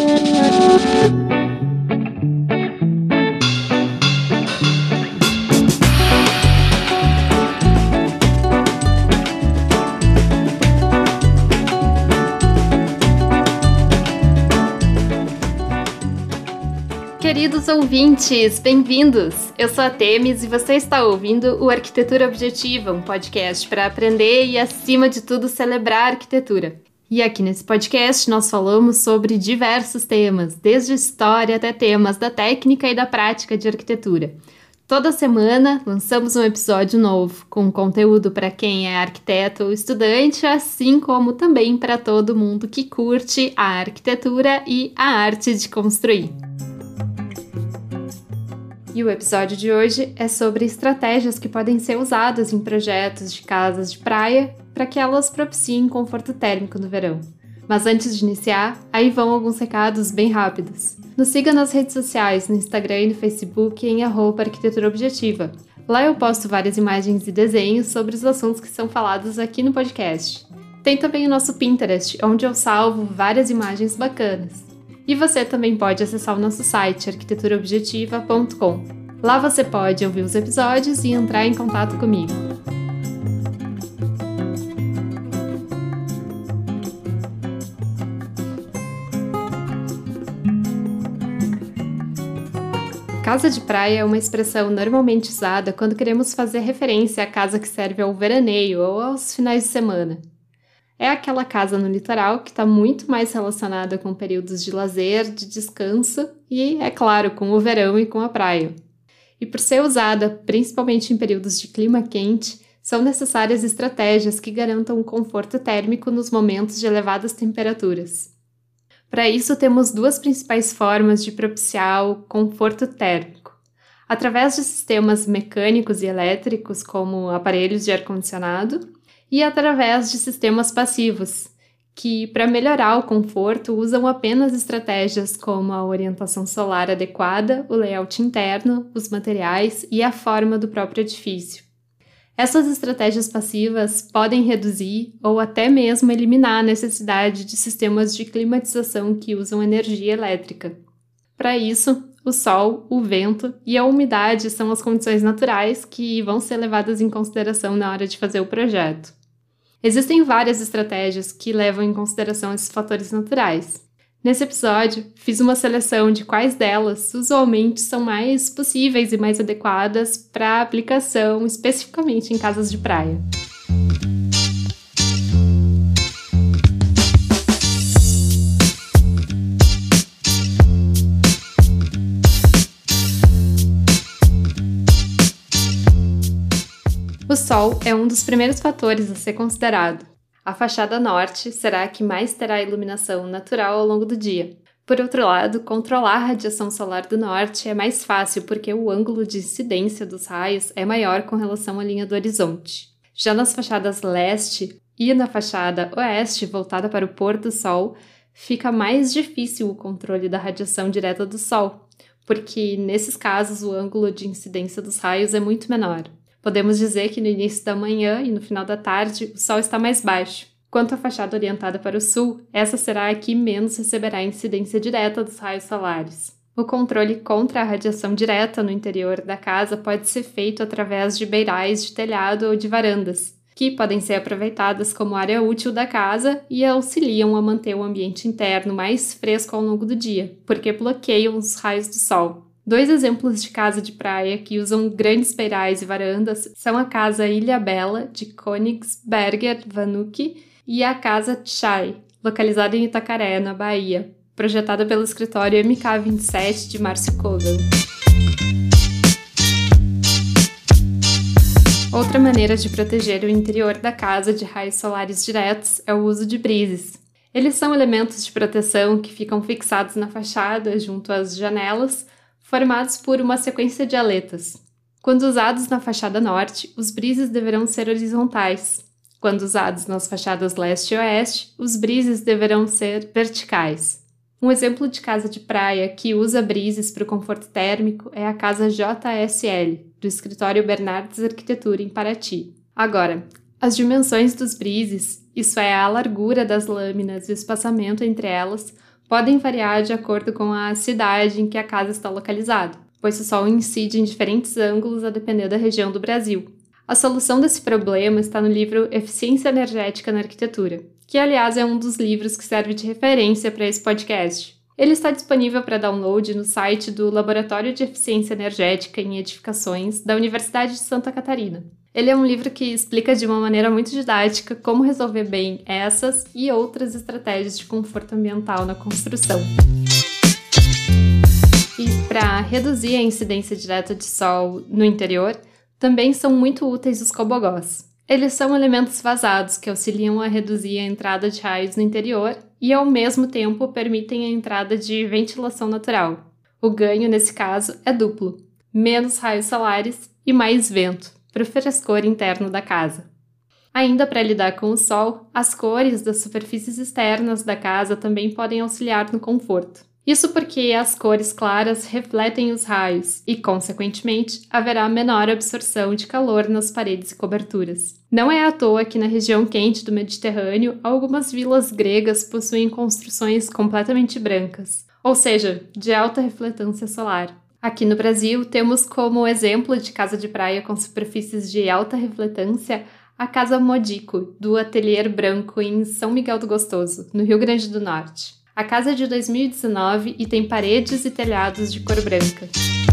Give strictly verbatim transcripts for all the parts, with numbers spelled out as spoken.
Queridos ouvintes, bem-vindos! Eu sou a Temis e você está ouvindo o Arquitetura Objetiva, um podcast para aprender e, acima de tudo, celebrar a arquitetura. E aqui nesse podcast nós falamos sobre diversos temas, desde história até temas da técnica e da prática de arquitetura. Toda semana lançamos um episódio novo, com conteúdo para quem é arquiteto ou estudante, assim como também para todo mundo que curte a arquitetura e a arte de construir. E o episódio de hoje é sobre estratégias que podem ser usadas em projetos de casas de praia para que elas propiciem conforto térmico no verão. Mas antes de iniciar, aí vão alguns recados bem rápidos. Nos siga nas redes sociais, no Instagram e no Facebook em arroba arquitetura objetiva. Lá eu posto várias imagens e desenhos sobre os assuntos que são falados aqui no podcast. Tem também o nosso Pinterest, onde eu salvo várias imagens bacanas. E você também pode acessar o nosso site arquitetura objetiva ponto com. Lá você pode ouvir os episódios e entrar em contato comigo. Casa de praia é uma expressão normalmente usada quando queremos fazer referência à casa que serve ao veraneio ou aos finais de semana. É aquela casa no litoral que está muito mais relacionada com períodos de lazer, de descanso e, é claro, com o verão e com a praia. E por ser usada principalmente em períodos de clima quente, são necessárias estratégias que garantam um conforto térmico nos momentos de elevadas temperaturas. Para isso, temos duas principais formas de propiciar o conforto térmico. Através de sistemas mecânicos e elétricos, como aparelhos de ar-condicionado, e através de sistemas passivos, que, para melhorar o conforto, usam apenas estratégias como a orientação solar adequada, o layout interno, os materiais e a forma do próprio edifício. Essas estratégias passivas podem reduzir ou até mesmo eliminar a necessidade de sistemas de climatização que usam energia elétrica. Para isso, o sol, o vento e a umidade são as condições naturais que vão ser levadas em consideração na hora de fazer o projeto. Existem várias estratégias que levam em consideração esses fatores naturais. Nesse episódio, fiz uma seleção de quais delas usualmente são mais possíveis e mais adequadas para aplicação especificamente em casas de praia. O sol é um dos primeiros fatores a ser considerado. A fachada norte será a que mais terá iluminação natural ao longo do dia. Por outro lado, controlar a radiação solar do norte é mais fácil porque o ângulo de incidência dos raios é maior com relação à linha do horizonte. Já nas fachadas leste e na fachada oeste, voltada para o pôr do sol, fica mais difícil o controle da radiação direta do sol, porque nesses casos o ângulo de incidência dos raios é muito menor. Podemos dizer que no início da manhã e no final da tarde o sol está mais baixo. Quanto à fachada orientada para o sul, essa será a que menos receberá incidência direta dos raios solares. O controle contra a radiação direta no interior da casa pode ser feito através de beirais de telhado ou de varandas, que podem ser aproveitadas como área útil da casa e auxiliam a manter o ambiente interno mais fresco ao longo do dia, porque bloqueiam os raios do sol. Dois exemplos de casa de praia que usam grandes beirais e varandas são a Casa Ilha Bela, de Königsberger Vanucci, e a Casa Chai, localizada em Itacaré, na Bahia, projetada pelo escritório M K vinte e sete de Márcio Kogan. Outra maneira de proteger o interior da casa de raios solares diretos é o uso de brises. Eles são elementos de proteção que ficam fixados na fachada, junto às janelas, formados por uma sequência de aletas. Quando usados na fachada norte, os brises deverão ser horizontais. Quando usados nas fachadas leste e oeste, os brises deverão ser verticais. Um exemplo de casa de praia que usa brises para o conforto térmico é a Casa J S L, do escritório Bernardes Arquitetura, em Paraty. Agora, as dimensões dos brises, isso é, a largura das lâminas e o espaçamento entre elas, podem variar de acordo com a cidade em que a casa está localizada, pois o sol incide em diferentes ângulos a depender da região do Brasil. A solução desse problema está no livro Eficiência Energética na Arquitetura, que, aliás, é um dos livros que serve de referência para esse podcast. Ele está disponível para download no site do Laboratório de Eficiência Energética em Edificações da Universidade de Santa Catarina. Ele é um livro que explica de uma maneira muito didática como resolver bem essas e outras estratégias de conforto ambiental na construção. E para reduzir a incidência direta de sol no interior, também são muito úteis os cobogós. Eles são elementos vazados que auxiliam a reduzir a entrada de raios no interior e, ao mesmo tempo, permitem a entrada de ventilação natural. O ganho, nesse caso, é duplo: menos raios solares e mais vento para o frescor interno da casa. Ainda para lidar com o sol, as cores das superfícies externas da casa também podem auxiliar no conforto. Isso porque as cores claras refletem os raios e, consequentemente, haverá menor absorção de calor nas paredes e coberturas. Não é à toa que na região quente do Mediterrâneo, algumas vilas gregas possuem construções completamente brancas, ou seja, de alta refletância solar. Aqui no Brasil, temos como exemplo de casa de praia com superfícies de alta refletância a Casa Modico, do Atelier Branco, em São Miguel do Gostoso, no Rio Grande do Norte. A casa é de dois mil e dezenove e tem paredes e telhados de cor branca.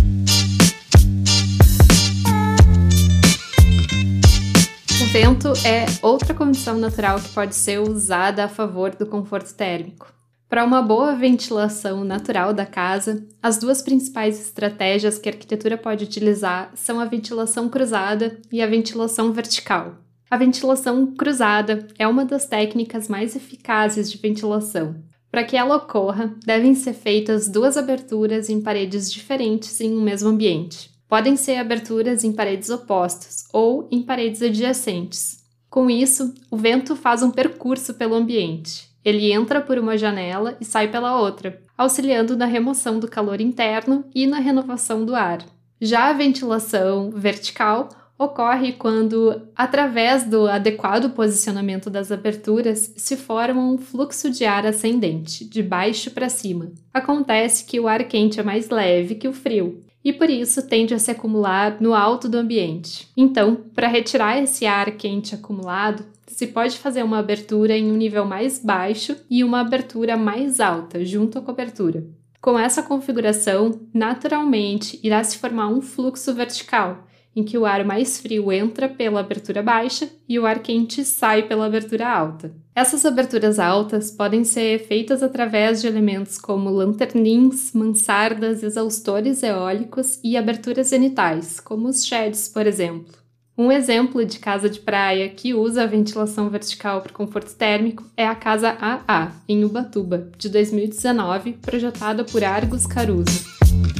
O vento é outra condição natural que pode ser usada a favor do conforto térmico. Para uma boa ventilação natural da casa, as duas principais estratégias que a arquitetura pode utilizar são a ventilação cruzada e a ventilação vertical. A ventilação cruzada é uma das técnicas mais eficazes de ventilação. Para que ela ocorra, devem ser feitas duas aberturas em paredes diferentes em um mesmo ambiente. Podem ser aberturas em paredes opostas ou em paredes adjacentes. Com isso, o vento faz um percurso pelo ambiente. Ele entra por uma janela e sai pela outra, auxiliando na remoção do calor interno e na renovação do ar. Já a ventilação vertical ocorre quando, através do adequado posicionamento das aberturas, se forma um fluxo de ar ascendente, de baixo para cima. Acontece que o ar quente é mais leve que o frio, e por isso tende a se acumular no alto do ambiente. Então, para retirar esse ar quente acumulado, se pode fazer uma abertura em um nível mais baixo e uma abertura mais alta, junto à cobertura. Com essa configuração, naturalmente, irá se formar um fluxo vertical, em que o ar mais frio entra pela abertura baixa e o ar quente sai pela abertura alta. Essas aberturas altas podem ser feitas através de elementos como lanternins, mansardas, exaustores eólicos e aberturas zenitais, como os sheds, por exemplo. Um exemplo de casa de praia que usa a ventilação vertical para conforto térmico é a Casa A A, em Ubatuba, de dois mil e dezenove, projetada por Argos Caruso.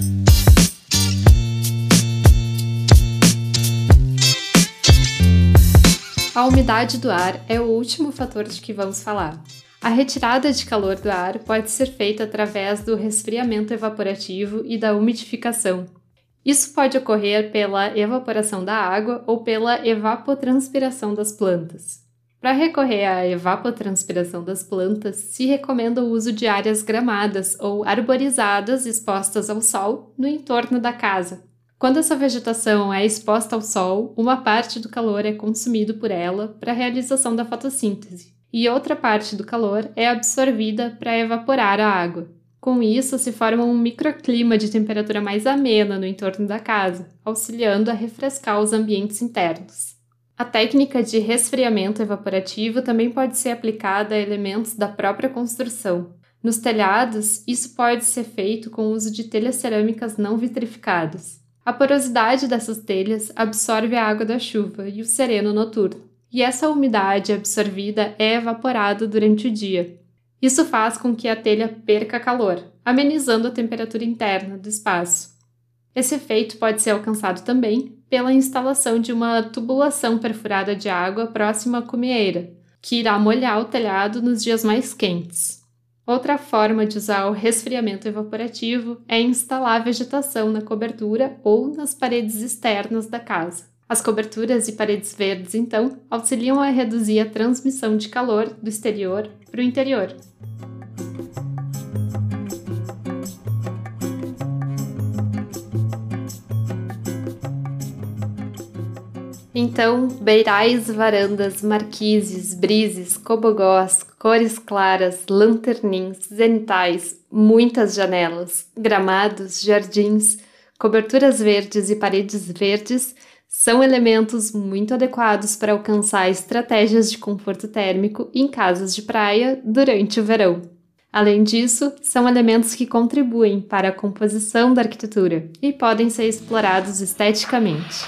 A umidade do ar é o último fator de que vamos falar. A retirada de calor do ar pode ser feita através do resfriamento evaporativo e da umidificação. Isso pode ocorrer pela evaporação da água ou pela evapotranspiração das plantas. Para recorrer à evapotranspiração das plantas, se recomenda o uso de áreas gramadas ou arborizadas expostas ao sol no entorno da casa. Quando essa vegetação é exposta ao sol, uma parte do calor é consumido por ela para a realização da fotossíntese, e outra parte do calor é absorvida para evaporar a água. Com isso, se forma um microclima de temperatura mais amena no entorno da casa, auxiliando a refrescar os ambientes internos. A técnica de resfriamento evaporativo também pode ser aplicada a elementos da própria construção. Nos telhados, isso pode ser feito com o uso de telhas cerâmicas não vitrificadas. A porosidade dessas telhas absorve a água da chuva e o sereno noturno, e essa umidade absorvida é evaporada durante o dia. Isso faz com que a telha perca calor, amenizando a temperatura interna do espaço. Esse efeito pode ser alcançado também pela instalação de uma tubulação perfurada de água próxima à cumieira, que irá molhar o telhado nos dias mais quentes. Outra forma de usar o resfriamento evaporativo é instalar vegetação na cobertura ou nas paredes externas da casa. As coberturas e paredes verdes, então, auxiliam a reduzir a transmissão de calor do exterior para o interior. Então, beirais, varandas, marquises, brises, cobogós, cores claras, lanternins, zenitais, muitas janelas, gramados, jardins, coberturas verdes e paredes verdes são elementos muito adequados para alcançar estratégias de conforto térmico em casas de praia durante o verão. Além disso, são elementos que contribuem para a composição da arquitetura e podem ser explorados esteticamente.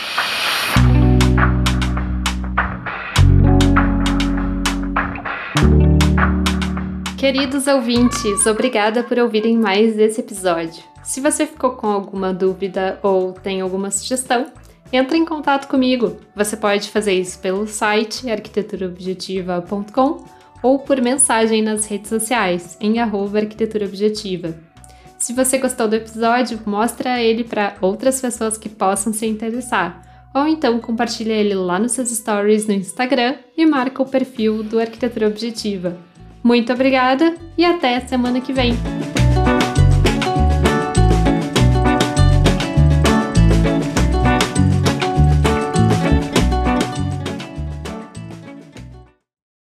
Queridos ouvintes, obrigada por ouvirem mais esse episódio. Se você ficou com alguma dúvida ou tem alguma sugestão, entre em contato comigo. Você pode fazer isso pelo site arquitetura objetiva ponto com ou por mensagem nas redes sociais, em arroba arquitetura objetiva. Se você gostou do episódio, mostra ele para outras pessoas que possam se interessar, ou então compartilha ele lá nos seus stories no Instagram e marca o perfil do Arquitetura Objetiva. Muito obrigada e até a semana que vem!